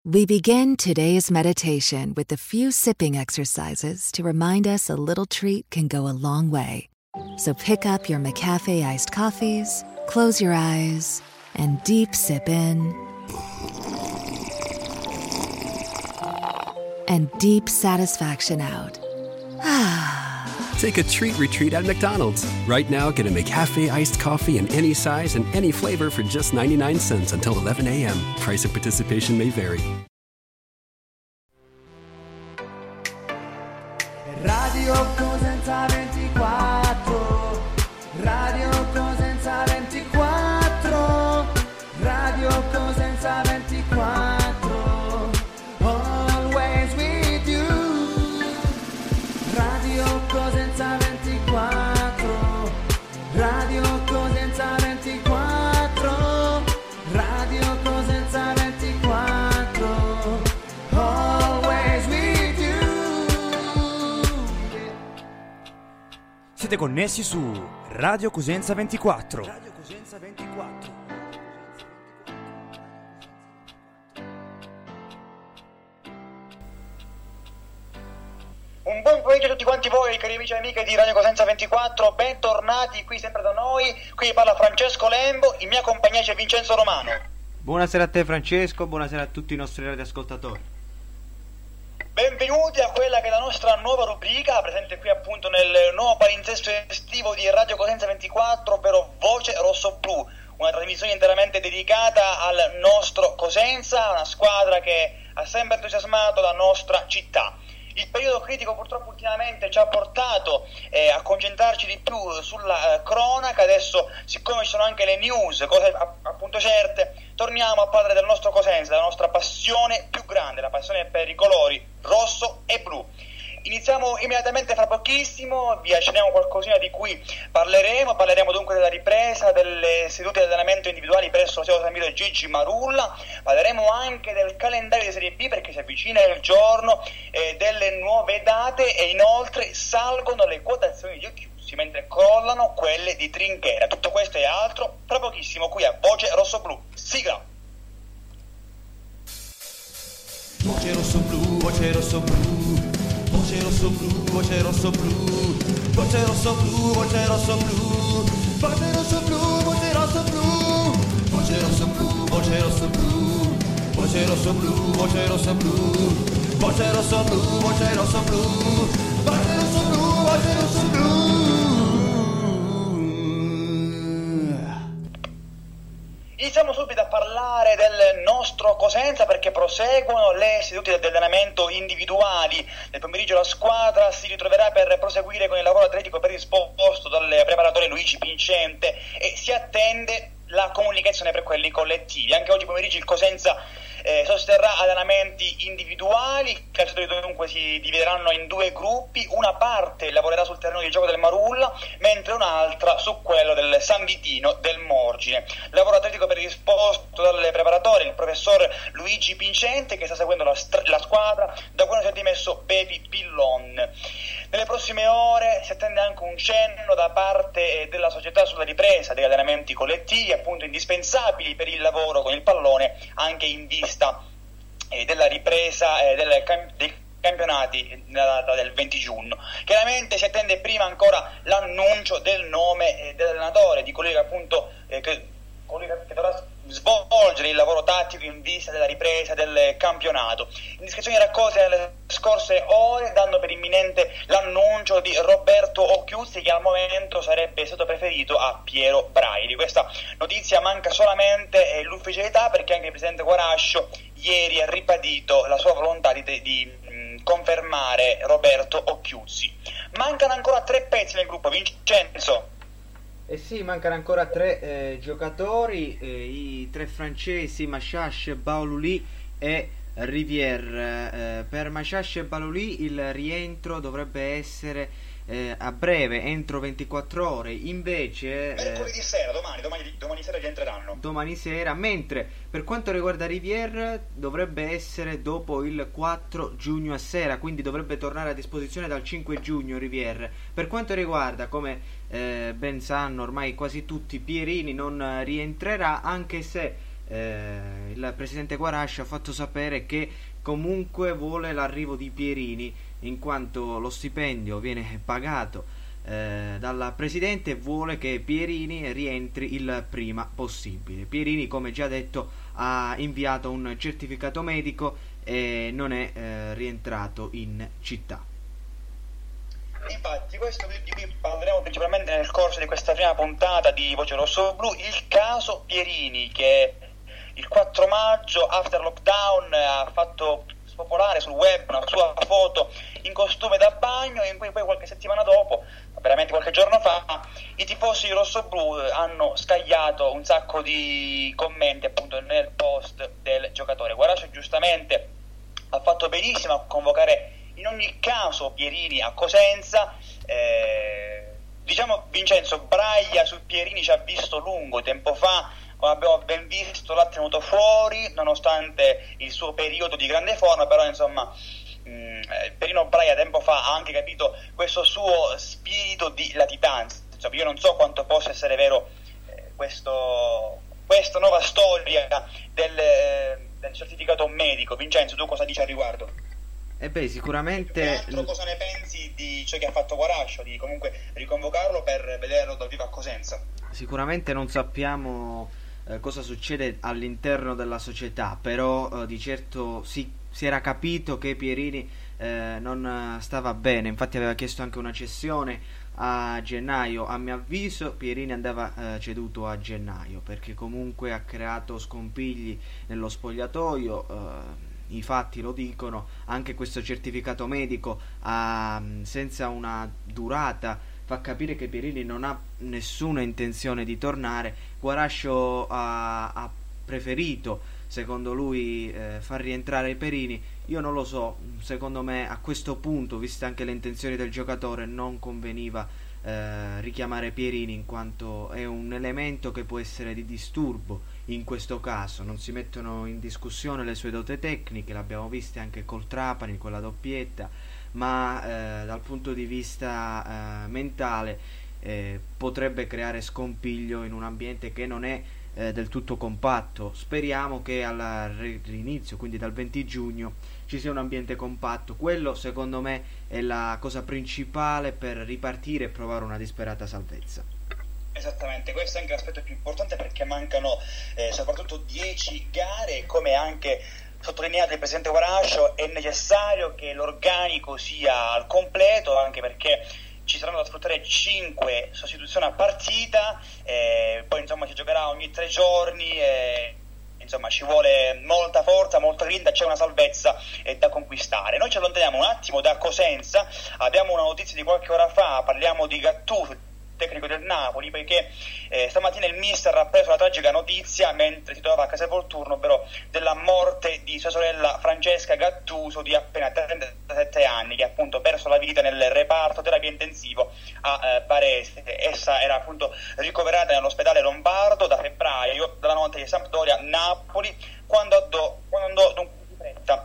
We begin today's meditation with a few sipping exercises to remind us a little treat can go a long way. So pick up your McCafe iced coffees, close your eyes, and deep sip in. And deep satisfaction out. Take a treat retreat at McDonald's. Right now, get a McCafe iced coffee in any size and any flavor for just 99 cents until 11 a.m. Price of participation may vary. Radio Cosenza 24. Radio Cosenza 24. Radio Cosenza 24. Always with you. Radio Cosenza 24. Radio Cosenza 24. Radio Cosenza 24. Always with you. Siete connessi su Radio Cosenza 24. Radio Cosenza 24. Un buon pomeriggio a tutti quanti voi, cari amici e amiche di Radio Cosenza 24, bentornati qui sempre da noi. Qui parla Francesco Lembo, in mia compagnia c'è Vincenzo Romano. Buonasera a te Francesco, buonasera a tutti i nostri radioascoltatori. Benvenuti a quella che è la nostra nuova rubrica, presente qui appunto nel nuovo palinsesto estivo di Radio Cosenza 24, ovvero Voce Rosso Blu, una trasmissione interamente dedicata al nostro Cosenza, una squadra che ha sempre entusiasmato la nostra città. Il periodo critico purtroppo ultimamente ci ha portato a concentrarci di più sulla cronaca. Adesso, siccome ci sono anche le news, cose appunto certe, torniamo a parlare del nostro Cosenza, della nostra passione più grande, la passione per i colori rosso e blu. Iniziamo immediatamente fra pochissimo, vi accenniamo qualcosina di cui parleremo dunque della ripresa delle sedute di allenamento individuali presso lo Stadio San Vito e Gigi Marulla, parleremo anche del calendario di Serie B perché si avvicina il giorno delle nuove date e inoltre salgono le quotazioni di Occhiuzzi mentre crollano quelle di Trinchera. Tutto questo e altro fra pochissimo qui a Voce Rosso Blu. Sigla! Voce rosso blu, voce rosso blu. Voce rosso blu, voce rosso blu. Voce rosso blu, voce rosso blu. Voce rosso blu, voce rosso blu. Voce rosso blu, voce rosso blu. Voce rosso blu, voce rosso blu. Voce rosso blu, voce rosso blu. Voce rosso blu, voce rosso blu. Iniziamo subito a parlare del nostro Cosenza perché proseguono le sedute di allenamento individuali. Nel pomeriggio la squadra si ritroverà per proseguire con il lavoro atletico predisposto dal preparatore Luigi Pincente e si attende la comunicazione per quelli collettivi. Anche oggi pomeriggio il Cosenza sosterrà allenamenti individuali. I calciatori dunque si divideranno in due gruppi, una parte lavorerà sul terreno di gioco del Marulla mentre un'altra su quello del San Vitino del Morgine. Lavoro atletico predisposto dal preparatore, il professor Luigi Pincente, che sta seguendo la squadra da quando si è dimesso Pepi Pillon. Nelle prossime ore si attende anche un cenno da parte della società sulla ripresa degli allenamenti collettivi, appunto indispensabili per il lavoro con il pallone, anche in vista della ripresa dei campionati nella data del 20 giugno. Chiaramente si attende prima ancora l'annuncio del nome dell'allenatore, di colui che appunto colui che dovrà svolgere il lavoro tattico in vista della ripresa del campionato. Indiscrezioni raccolte nelle scorse ore danno per imminente l'annuncio di Roberto Occhiuzzi, che al momento sarebbe stato preferito a Piero Braili. Questa notizia manca solamente l'ufficialità perché anche il presidente Guarascio ieri ha ribadito la sua volontà di confermare Roberto Occhiuzzi. Mancano ancora 3 pezzi nel gruppo, Vincenzo. Eh sì, mancano ancora 3 giocatori, i 3 francesi Machache, Baululi e Rivière. Per Machache e Baululi il rientro dovrebbe essere a breve, entro 24 ore, invece mercoledì sera, domani sera rientreranno. Domani sera, mentre per quanto riguarda Rivière dovrebbe essere dopo il 4 giugno a sera, quindi dovrebbe tornare a disposizione dal 5 giugno Rivière. Per quanto riguarda, come ben sanno ormai quasi tutti, Pierini non rientrerà, anche se il presidente Guarascio ha fatto sapere che comunque vuole l'arrivo di Pierini, in quanto lo stipendio viene pagato dal presidente, vuole che Pierini rientri il prima possibile. Pierini, come già detto, ha inviato un certificato medico e non è rientrato in città. Infatti, questo di cui parleremo principalmente nel corso di questa prima puntata di Voce Rosso Blu, il caso Pierini, che il 4 maggio, after lockdown, ha fatto spopolare sul web una sua foto in costume da bagno, in cui poi qualche settimana dopo, veramente qualche giorno fa, i tifosi rossoblu hanno scagliato un sacco di commenti appunto nel post del giocatore. Guarascio giustamente ha fatto benissimo a convocare in ogni caso Pierini a Cosenza. Diciamo, Vincenzo, Braglia su Pierini ci ha visto lungo tempo fa, come abbiamo ben visto l'ha tenuto fuori nonostante il suo periodo di grande forma, però insomma Pierino Braglia tempo fa ha anche capito questo suo spirito di latitanza. Insomma, io non so quanto possa essere vero questa nuova storia del certificato medico. Vincenzo, tu cosa dici al riguardo? Sicuramente. Cosa ne pensi di ciò che ha fatto Guarascio, di comunque riconvocarlo per vederlo dal vivo a Cosenza? Sicuramente non sappiamo cosa succede all'interno della società, però di certo si era capito che Pierini non stava bene. Infatti aveva chiesto anche una cessione a gennaio. A mio avviso Pierini andava ceduto a gennaio, perché comunque ha creato scompigli nello spogliatoio. I fatti lo dicono, anche questo certificato medico senza una durata fa capire che Pierini non ha nessuna intenzione di tornare. Guarascio ha preferito, secondo lui, far rientrare Pierini. Io non lo so, secondo me a questo punto, viste anche le intenzioni del giocatore, non conveniva richiamare Pierini, in quanto è un elemento che può essere di disturbo. In questo caso non si mettono in discussione le sue doti tecniche, l'abbiamo viste anche col Trapani, quella doppietta, ma dal punto di vista mentale potrebbe creare scompiglio in un ambiente che non è del tutto compatto. Speriamo che all'inizio, quindi dal 20 giugno, ci sia un ambiente compatto. Quello secondo me è la cosa principale per ripartire e provare una disperata salvezza. Esattamente, questo è anche l'aspetto più importante, perché mancano soprattutto 10 gare e, come anche sottolineato il presidente Guarascio, è necessario che l'organico sia al completo, anche perché ci saranno da sfruttare 5 sostituzioni a partita, poi insomma si giocherà ogni 3 giorni, insomma ci vuole molta forza, molta grinta, c'è una salvezza da conquistare. Noi ci allontaniamo un attimo da Cosenza, abbiamo una notizia di qualche ora fa, parliamo di Gattuso, tecnico del Napoli, perché stamattina il mister ha preso la tragica notizia mentre si trovava a Casavolturno, ovvero della morte di sua sorella Francesca Gattuso, di appena 37 anni, che ha appunto perso la vita nel reparto terapia intensivo a Varese. Essa era appunto ricoverata nell'ospedale lombardo da febbraio, dalla notte di Sampdoria-Napoli, quando andò dunque di fretta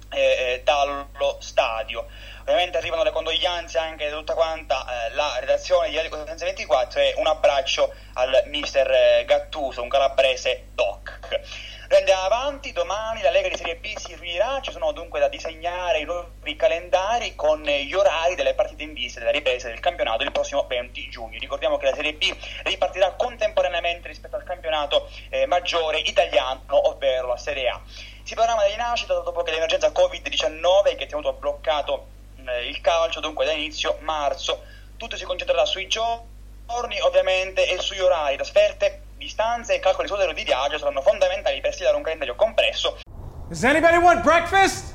dallo stadio. Ovviamente arrivano le condoglianze anche da tutta quanta la redazione di Radio Cosenza 24 e un abbraccio al mister Gattuso, un calabrese doc. Noi andiamo avanti, domani la Lega di Serie B si riunirà, ci sono dunque da disegnare i nuovi calendari con gli orari delle partite in vista della ripresa del campionato il prossimo 20 giugno. Ricordiamo che la Serie B ripartirà contemporaneamente rispetto al campionato maggiore italiano, ovvero la Serie A. Si parla di rinascita dopo che l'emergenza Covid-19 che ha tenuto bloccato il calcio, dunque da inizio marzo. Tutto si concentrerà sui giorni ovviamente e sugli orari. Trasferte, distanze e calcoli sull'orario di viaggio saranno fondamentali per stilare un calendario compresso. Does anybody want breakfast?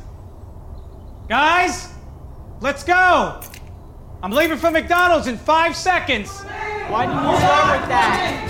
Guys, let's go! I'm leaving for McDonald's in 5 seconds. Why didn't you start with that?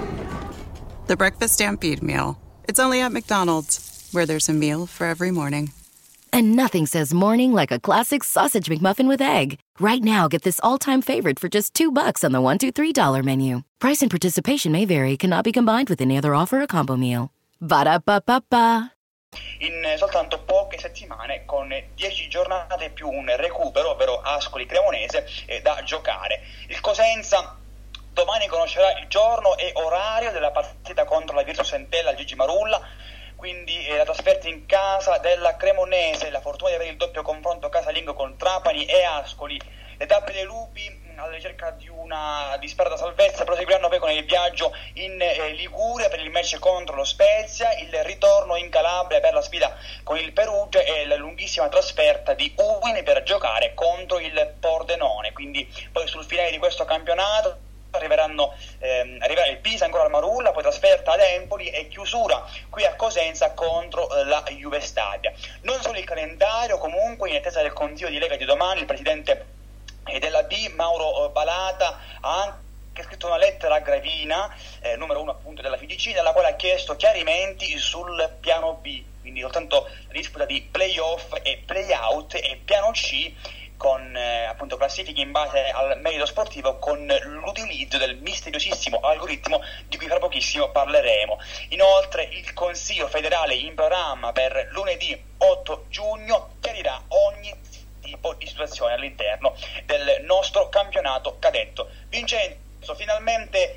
The Breakfast Stampede Meal. It's only at McDonald's, where there's a meal for every morning. And nothing says morning like a classic sausage McMuffin with egg. Right now, get this all-time favorite for just $2 on the $1, $2, $3 menu. Price and participation may vary. Cannot be combined with any other offer or combo meal. Ba-da-ba-ba-ba. In soltanto poche settimane, con 10 giornate più un recupero, ovvero Ascoli Cremonese, da giocare. Il Cosenza domani conoscerà il giorno e orario della partita contro la Virtus Entella al Gigi Marulla, quindi la trasferta in casa della Cremonese, la fortuna di avere il doppio confronto casalingo con Trapani e Ascoli. Le tappe dei lupi, alla ricerca di una disperata salvezza, proseguiranno poi con il viaggio in Liguria per il match contro lo Spezia, il ritorno in Calabria per la sfida con il Perugia e la lunghissima trasferta di Udine per giocare contro il Pordenone. Quindi poi sul finale di questo campionato arriverà il Pisa ancora al Marulla, poi trasferta ad Empoli e chiusura qui a Cosenza contro la Juve Stabia. Non solo il calendario, comunque in attesa del consiglio di Lega di domani, il presidente della B, Mauro Balata, ha anche scritto una lettera a Gravina, numero 1 appunto della FIGC, nella quale ha chiesto chiarimenti sul piano B, quindi soltanto la disputa di play-off e play-out, e piano C con appunto classifiche in base al merito sportivo, con l'utilizzo del misteriosissimo algoritmo di cui fra pochissimo parleremo. Inoltre il Consiglio federale in programma per lunedì 8 giugno chiarirà ogni tipo di situazione all'interno del nostro campionato cadetto. Vincenzo, finalmente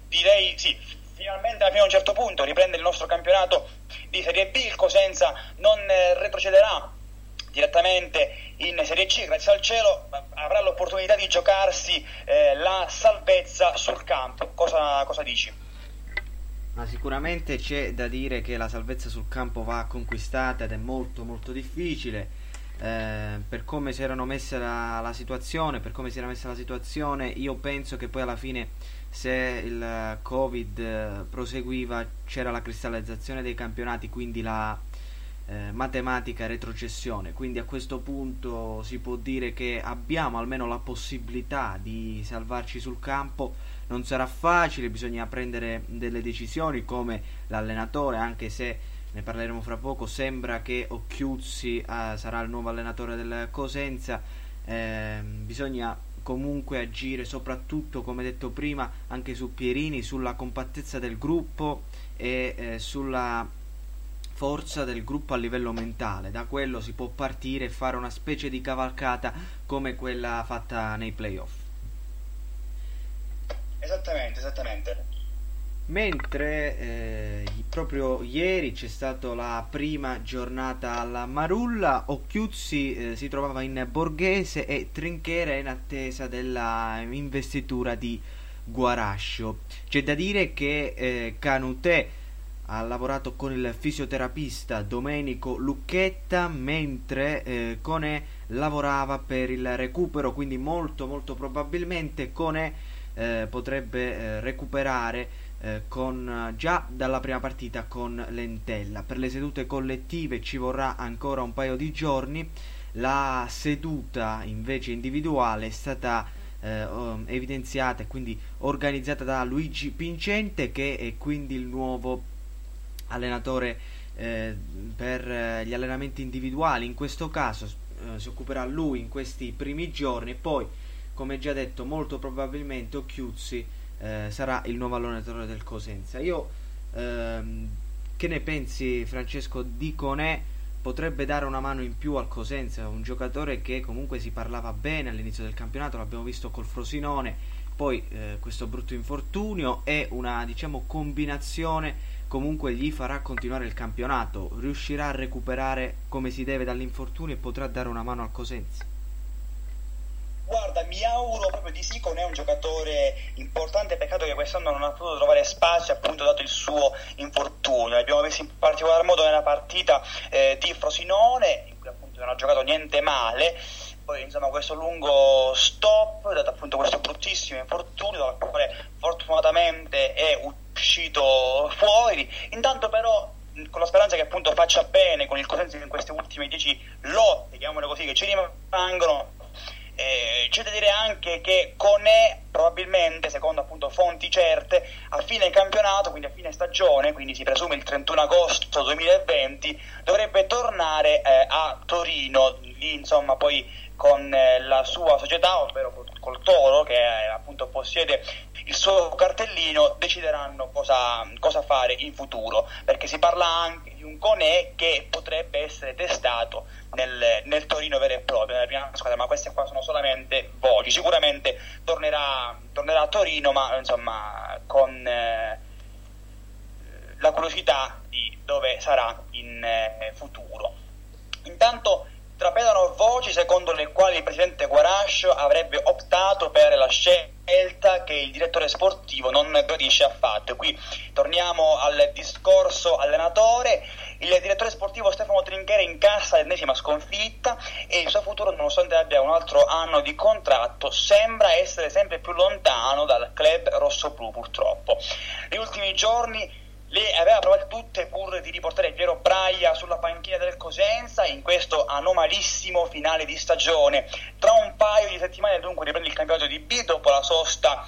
fino a un certo punto riprende il nostro campionato di Serie B, il Cosenza non retrocederà direttamente in Serie C, grazie al cielo, avrà l'opportunità di giocarsi la salvezza sul campo. Cosa dici? Ma sicuramente c'è da dire che la salvezza sul campo va conquistata ed è molto molto difficile. Per come si era messa la situazione, io penso che poi alla fine, se il Covid proseguiva, c'era la cristallizzazione dei campionati, quindi la matematica retrocessione. Quindi a questo punto si può dire che abbiamo almeno la possibilità di salvarci sul campo. Non sarà facile, bisogna prendere delle decisioni, come l'allenatore, anche se ne parleremo fra poco, sembra che Occhiuzzi sarà il nuovo allenatore del Cosenza. Bisogna comunque agire soprattutto, come detto prima, anche su Pierini, sulla compattezza del gruppo e sulla forza del gruppo a livello mentale. Da quello si può partire e fare una specie di cavalcata come quella fatta nei playoff. Esattamente. Mentre proprio ieri c'è stata la prima giornata alla Marulla, Occhiuzzi si trovava in Borghese e Trinchera in attesa della investitura di Guarascio. C'è da dire che Canutè ha lavorato con il fisioterapista Domenico Lucchetta, mentre Conè lavorava per il recupero, quindi molto molto probabilmente Conè potrebbe recuperare già dalla prima partita con l'Entella. Per le sedute collettive ci vorrà ancora un paio di giorni. La seduta invece individuale è stata evidenziata e quindi organizzata da Luigi Pincente, che è quindi il nuovo allenatore per gli allenamenti individuali. In questo caso si occuperà lui in questi primi giorni, poi, come già detto, molto probabilmente Occhiuzzi sarà il nuovo allenatore del Cosenza. Che ne pensi, Francesco, di Conè? Potrebbe dare una mano in più al Cosenza, un giocatore che comunque si parlava bene all'inizio del campionato, l'abbiamo visto col Frosinone, poi questo brutto infortunio e una, diciamo, combinazione comunque gli farà continuare il campionato. Riuscirà a recuperare come si deve dall'infortunio e potrà dare una mano al Cosenza? Guarda, mi auguro proprio di sì. Conè è un giocatore importante, peccato che quest'anno non ha potuto trovare spazio, appunto dato il suo infortunio. L'abbiamo visto in particolar modo nella partita di Frosinone, in cui appunto non ha giocato niente male. Poi insomma questo lungo stop, dato appunto questo bruttissimo infortunio, dal quale fortunatamente è uscito fuori. Intanto però, con la speranza che appunto faccia bene con il Cosenza in queste ultime 10 lotte, chiamiamole così, che ci rimangono. C'è da dire anche che Conè probabilmente, secondo appunto fonti certe, a fine campionato, quindi a fine stagione, quindi si presume il 31 agosto 2020, dovrebbe tornare a Torino, lì insomma poi con la sua società, ovvero col Toro, che appunto possiede il suo cartellino, decideranno cosa fare in futuro, perché si parla anche di un Conè che potrebbe essere testato nel Torino vero e proprio, nella prima squadra, ma queste qua sono solamente voci. voci. Sicuramente tornerà a Torino, ma insomma con la curiosità di dove sarà in futuro. Intanto trapelano voci secondo le quali il presidente Guarash avrebbe optato per la scelta che il direttore sportivo non gradisce affatto. Qui torniamo al discorso allenatore. Il direttore sportivo Stefano Trinchieri incassa l'ennesima sconfitta e il suo futuro, nonostante abbia un altro anno di contratto, sembra essere sempre più lontano dal club rossoblu, purtroppo. Negli ultimi giorni le aveva provate tutte pur di riportare Piero Braia sulla panchina del Cosenza in questo anomalissimo finale di stagione. Tra un paio di settimane dunque riprende il campionato di B dopo la sosta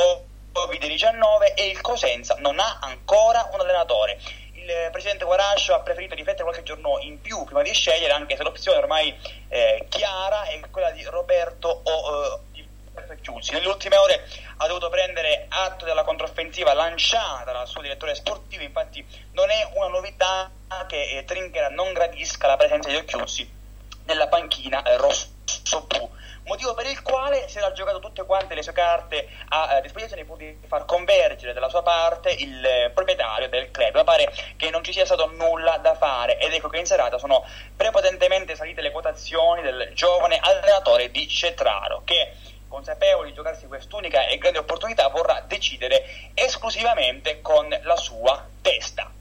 Covid-19 e il Cosenza non ha ancora un allenatore. Il presidente Guarash ha preferito riflettere qualche giorno in più prima di scegliere, anche se l'opzione ormai chiara è quella di Roberto Chiusi. Nelle ultime ore ha dovuto prendere atto della controffensiva lanciata dal suo direttore sportivo. Infatti non è una novità che Trinchera non gradisca la presenza di Occhiuzzi nella panchina rosso-blu, motivo per il quale si era giocato tutte quante le sue carte a disposizione pur di far convergere dalla sua parte il proprietario del club. Ma pare che non ci sia stato nulla da fare ed ecco che in serata sono prepotentemente salite le quotazioni del giovane allenatore di Cetraro, che, consapevole di giocarsi quest'unica e grande opportunità, vorrà decidere esclusivamente con la sua testa.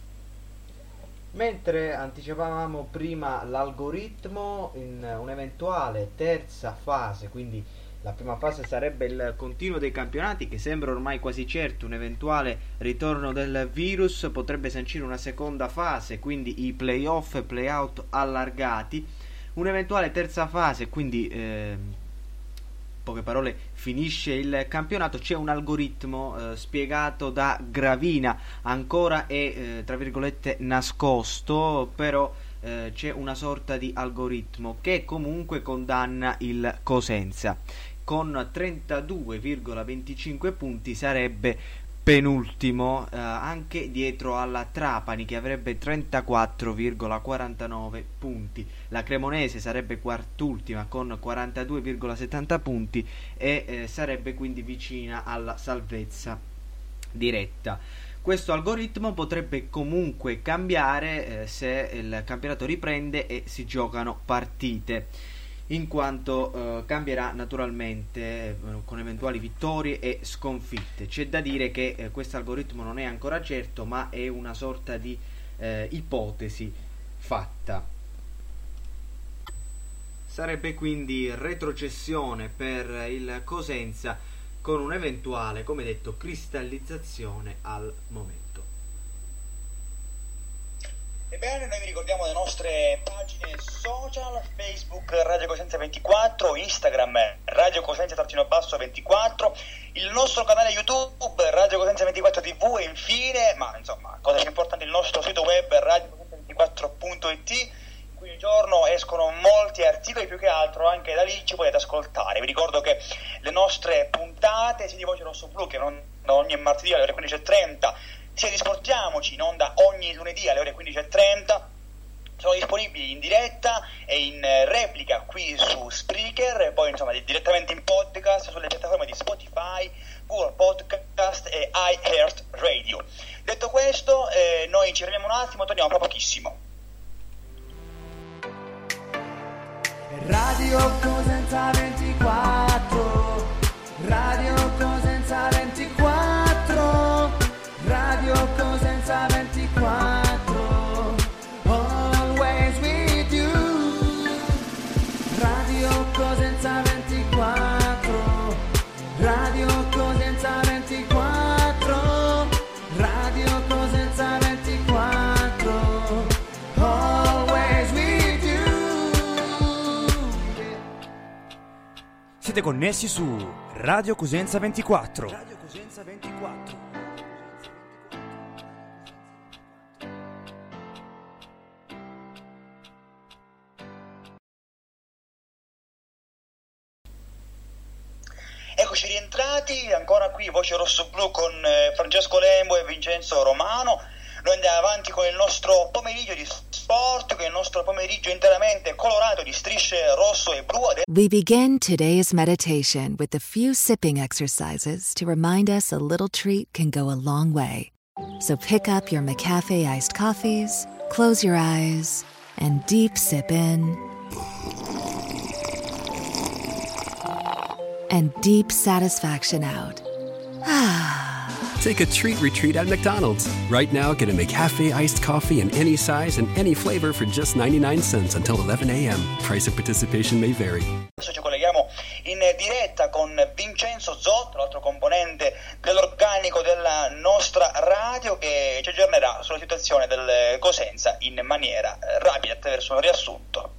Mentre anticipavamo prima l'algoritmo, in un'eventuale terza fase, quindi la prima fase sarebbe il continuo dei campionati, che sembra ormai quasi certo un eventuale ritorno del virus, potrebbe sancire una seconda fase, quindi i play-off e play-out allargati, un'eventuale terza fase, quindi poche parole, finisce il campionato. C'è un algoritmo spiegato da Gravina, ancora è tra virgolette nascosto, però c'è una sorta di algoritmo che comunque condanna il Cosenza. Con 32,25 punti sarebbe penultimo, anche dietro alla Trapani che avrebbe 34,49 punti. La Cremonese sarebbe quartultima con 42,70 punti e sarebbe quindi vicina alla salvezza diretta. Questo algoritmo potrebbe comunque cambiare se il campionato riprende e si giocano partite, in quanto cambierà naturalmente con eventuali vittorie e sconfitte. C'è da dire che questo algoritmo non è ancora certo, ma è una sorta di ipotesi fatta. Sarebbe quindi retrocessione per il Cosenza, con un'eventuale, come detto, cristallizzazione al momento. Ebbene, noi vi ricordiamo le nostre pagine social: Facebook Radio Cosenza 24, Instagram Radio Cosenza-24, il nostro canale YouTube Radio Cosenza 24 TV e infine, ma insomma, cosa più importante, il nostro sito web radiocosenza24.it, in cui ogni giorno escono molti articoli, più che altro anche da lì ci potete ascoltare. Vi ricordo che le nostre puntate, sia di Voce Rossoblu, che non ogni martedì alle ore 15:30, sia di Sportiamoci in onda ogni lunedì alle ore 15:30, sono disponibili in diretta e in replica qui su Spreaker, e poi insomma direttamente in podcast sulle piattaforme di Spotify, Google Podcast e iHeart Radio. Detto questo, noi ci fermiamo un attimo, torniamo fra pochissimo. Radio Cosenza 24, Radio Cosenza 24, Radio Cosenza 24, always with you. Radio Cosenza 24, Radio Cosenza 24, Radio Cosenza 24, always with you. Siete connessi su Radio Cosenza 24. Radio Cosenza 24. Eccoci rientrati, ancora qui Voce Rossoblu con Francesco Lembo e Vincenzo Romano. noi andiamo avanti con il nostro pomeriggio di sport, con il nostro pomeriggio interamente colorato di strisce rosso e blu. We begin today's meditation with a few sipping exercises to remind us a little treat can go a long way. So pick up your McCafe iced coffees, close your eyes, and deep sip in. And deep satisfaction out. Take a treat retreat at McDonald's. Right now, get a McCafe iced coffee in any size and any flavor for just 99 cents until 11 a.m. Price of participation may vary. Adesso ci colleghiamo in diretta con Vincenzo Zotto, l'altro componente dell'organico della nostra radio, che ci aggiornerà sulla situazione del Cosenza in maniera rapida attraverso un riassunto.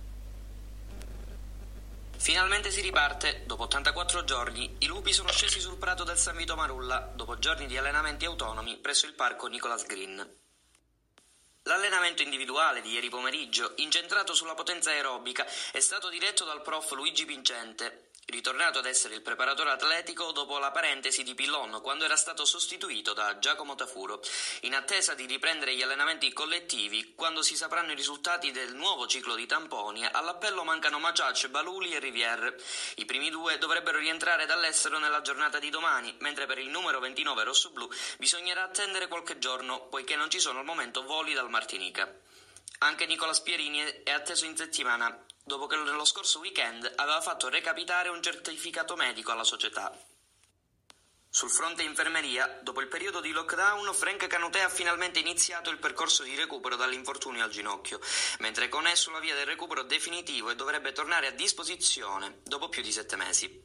Finalmente si riparte. Dopo 84 giorni, i lupi sono scesi sul prato del San Vito Marulla, dopo giorni di allenamenti autonomi presso il parco Nicholas Green. L'allenamento individuale di ieri pomeriggio, incentrato sulla potenza aerobica, è stato diretto dal prof Luigi Vincente, ritornato ad essere il preparatore atletico dopo la parentesi di Pillon, quando era stato sostituito da Giacomo Tafuro, in attesa di riprendere gli allenamenti collettivi quando si sapranno i risultati del nuovo ciclo di tamponi. All'appello mancano Maciac, Baluli e Rivière. I primi due dovrebbero rientrare dall'estero nella giornata di domani, mentre per il numero 29 rossoblù bisognerà attendere qualche giorno, poiché non ci sono al momento voli dal Martinica. Anche Nicola Pierini è atteso in settimana, dopo che nello scorso weekend aveva fatto recapitare un certificato medico alla società. Sul fronte infermeria, dopo il periodo di lockdown, Frank Canutè ha finalmente iniziato il percorso di recupero dall'infortunio al ginocchio, mentre Conè è sulla via del recupero definitivo e dovrebbe tornare a disposizione dopo più di 7 mesi.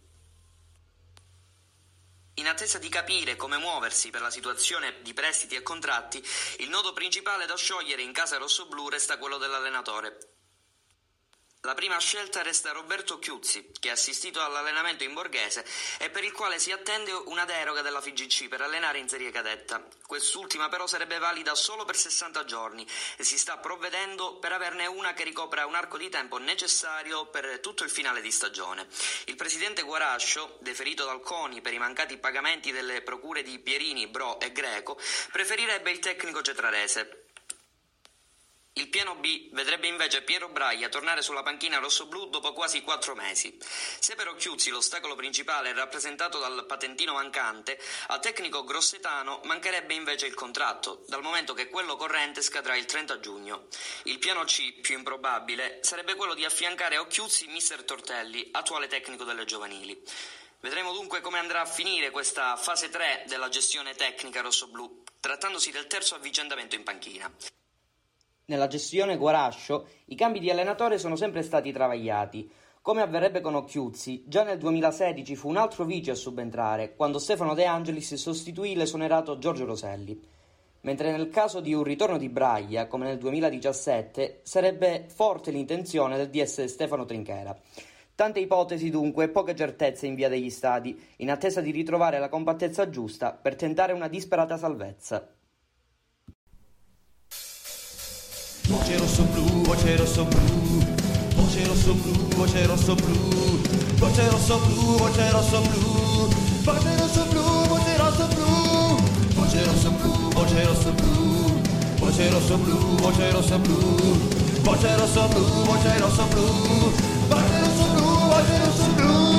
In attesa di capire come muoversi per la situazione di prestiti e contratti, il nodo principale da sciogliere in casa rossoblù resta quello dell'allenatore. La prima scelta resta Roberto Chiuzzi, che ha assistito all'allenamento in borghese e per il quale si attende una deroga della FIGC per allenare in serie cadetta. Quest'ultima però sarebbe valida solo per 60 giorni e si sta provvedendo per averne una che ricopra un arco di tempo necessario per tutto il finale di stagione. Il presidente Guarascio, deferito dal CONI per i mancati pagamenti delle procure di Pierini, Bro e Greco, preferirebbe il tecnico cetrarese. Il piano B vedrebbe invece Piero Braia tornare sulla panchina rossoblù dopo quasi 4 mesi. Se però Chiuzzi, l'ostacolo principale, è rappresentato dal patentino mancante, al tecnico grossetano mancherebbe invece il contratto, dal momento che quello corrente scadrà il 30 giugno. Il piano C, più improbabile, sarebbe quello di affiancare a Chiuzzi mister Tortelli, attuale tecnico delle giovanili. Vedremo dunque come andrà a finire questa fase 3 della gestione tecnica rossoblù, trattandosi del terzo avvicendamento in panchina. Nella gestione Guarascio i cambi di allenatore sono sempre stati travagliati. Come avverrebbe con Occhiuzzi, già nel 2016 fu un altro vice a subentrare, quando Stefano De Angelis sostituì l'esonerato Giorgio Roselli. Mentre nel caso di un ritorno di Braia, come nel 2017, sarebbe forte l'intenzione del DS Stefano Trinchera. Tante ipotesi dunque e poche certezze in via degli stadi, in attesa di ritrovare la compattezza giusta per tentare una disperata salvezza. Voce rosso blu, voce rosso blu, voce rosso blu, voce rosso blu, voce rosso blu, voce rosso blu, voce rosso blu, voce rosso blu, voce rosso blu, voce rosso blu, voce rosso blu, voce rosso blu, voce rosso blu, voce rosso blu, voce rosso blu, voce rosso blu.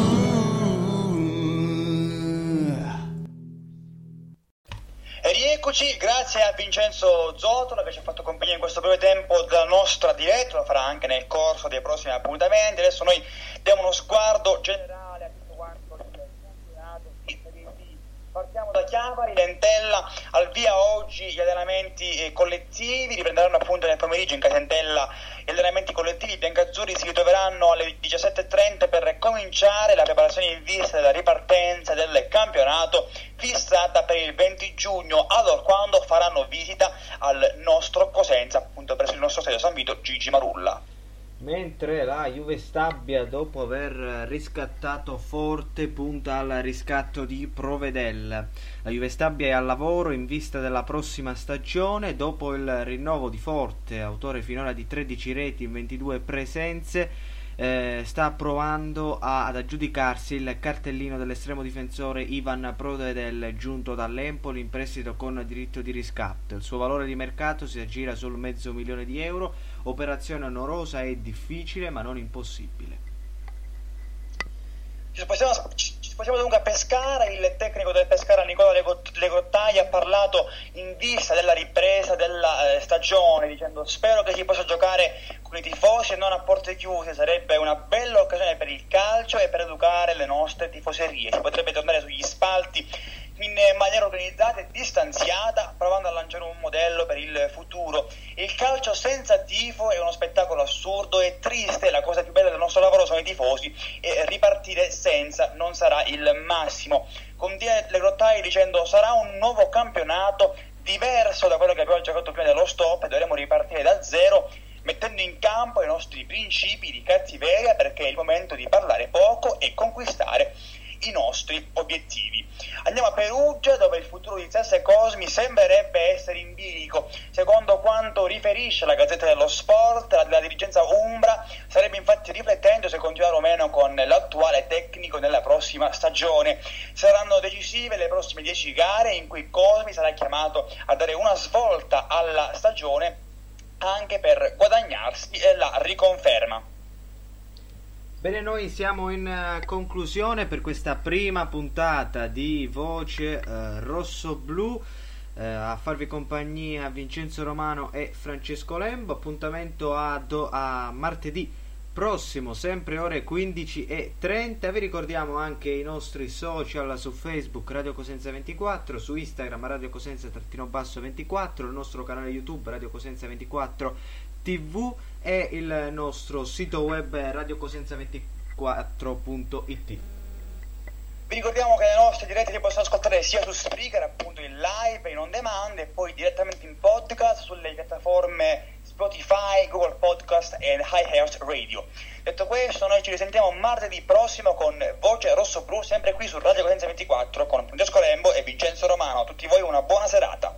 Rieccoci, grazie a Vincenzo Zotola che ci ha fatto compagnia in questo breve tempo della nostra diretta, lo farà anche nel corso dei prossimi appuntamenti. Adesso noi diamo uno sguardo generale a tutto quanto il campionato di Serie B. Partiamo da Chiavari, Lentella, al via oggi gli allenamenti collettivi, riprenderanno appunto nel pomeriggio in Casentella gli allenamenti collettivi. I biancazzurri si ritroveranno alle 17:30 per cominciare la preparazione in vista della ripartenza del campionato fissata per il 20 giugno, allorquando faranno visita al nostro Cosenza, appunto presso il nostro stadio San Vito Gigi Marulla. Mentre la Juve Stabia, dopo aver riscattato Forte, punta al riscatto di Provedel. La Juve Stabia è al lavoro in vista della prossima stagione. Dopo il rinnovo di Forte, autore finora di 13 reti in 22 presenze, sta provando ad aggiudicarsi il cartellino dell'estremo difensore Ivan Provedel, giunto dall'Empoli in prestito con diritto di riscatto. Il suo valore di mercato si aggira sul €500.000, operazione onorosa e difficile ma non impossibile. Ci spostiamo dunque a Pescara. Il tecnico del Pescara Nicola Legottai ha parlato in vista della ripresa della stagione, dicendo: spero che si possa giocare con i tifosi e non a porte chiuse, sarebbe una bella occasione per il calcio e per educare le nostre tifoserie, si potrebbe tornare sugli spalti in maniera organizzata e distanziata, provando a lanciare un modello per il futuro. Il calcio senza tifo è uno spettacolo assurdo e triste, la cosa più bella del nostro lavoro sono i tifosi e ripartire senza non sarà il massimo. Contiene Legottai dicendo: sarà un nuovo campionato diverso da quello che abbiamo giocato prima dello stop e dovremo ripartire da zero, mettendo in campo i nostri principi di cattiveria, perché è il momento di parlare poco e conquistare i nostri obiettivi. Andiamo a Perugia, dove il futuro di Zesse Cosmi sembrerebbe essere in bilico. Secondo quanto riferisce la Gazzetta dello Sport, la dirigenza umbra sarebbe infatti riflettendo se continuare o meno con l'attuale tecnico nella prossima stagione. Saranno decisive le prossime 10 gare in cui Cosmi sarà chiamato a dare una svolta alla stagione, anche per guadagnarsi la riconferma. Bene, noi siamo in conclusione per questa prima puntata di Voce Rossoblu. A farvi compagnia Vincenzo Romano e Francesco Lembo. Appuntamento a martedì prossimo, sempre ore 15:30. Vi ricordiamo anche i nostri social: su Facebook Radio Cosenza 24, su Instagram Radio Cosenza_24, il nostro canale YouTube Radio Cosenza 24 TV e il nostro sito web radiocosenza24.it. Vi ricordiamo che le nostre dirette si possono ascoltare sia su Spreaker, appunto in live, in on demand, e poi direttamente in podcast sulle piattaforme Spotify, Google Podcast e iHeart Radio. Detto questo, noi ci risentiamo martedì prossimo con Voce Rosso Blu, sempre qui su Radio Cosenza 24 con Francesco Lembo e Vincenzo Romano. A tutti voi una buona serata.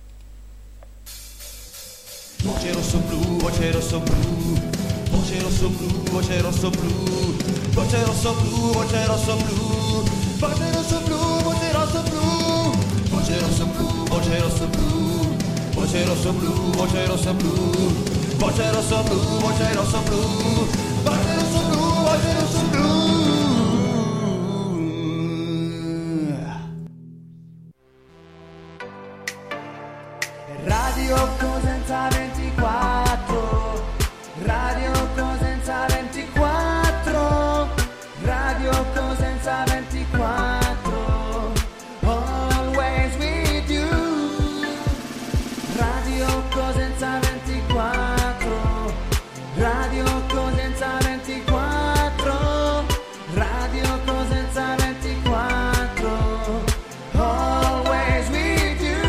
Voce rosso blu, voce rosso blu, voce rosso blu, voce rosso blu, voce rosso blu, voce rosso blu, voce rosso blu, voce rosso blu, voce rosso blu, voce rosso blu, voce rosso blu, voce rosso blu, voce rosso blu, voce rosso blu, voce rosso blu, voce rosso blu. Radio Cosenza 24, Radio Cosenza 24, Radio Cosenza 24, always with you. Radio Cosenza 24, Radio Cosenza 24, Radio Cosenza 24, always with you.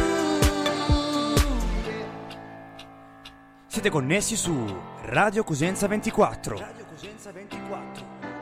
Siete connessi su Radio Cosenza 24. Radio Cosenza 24.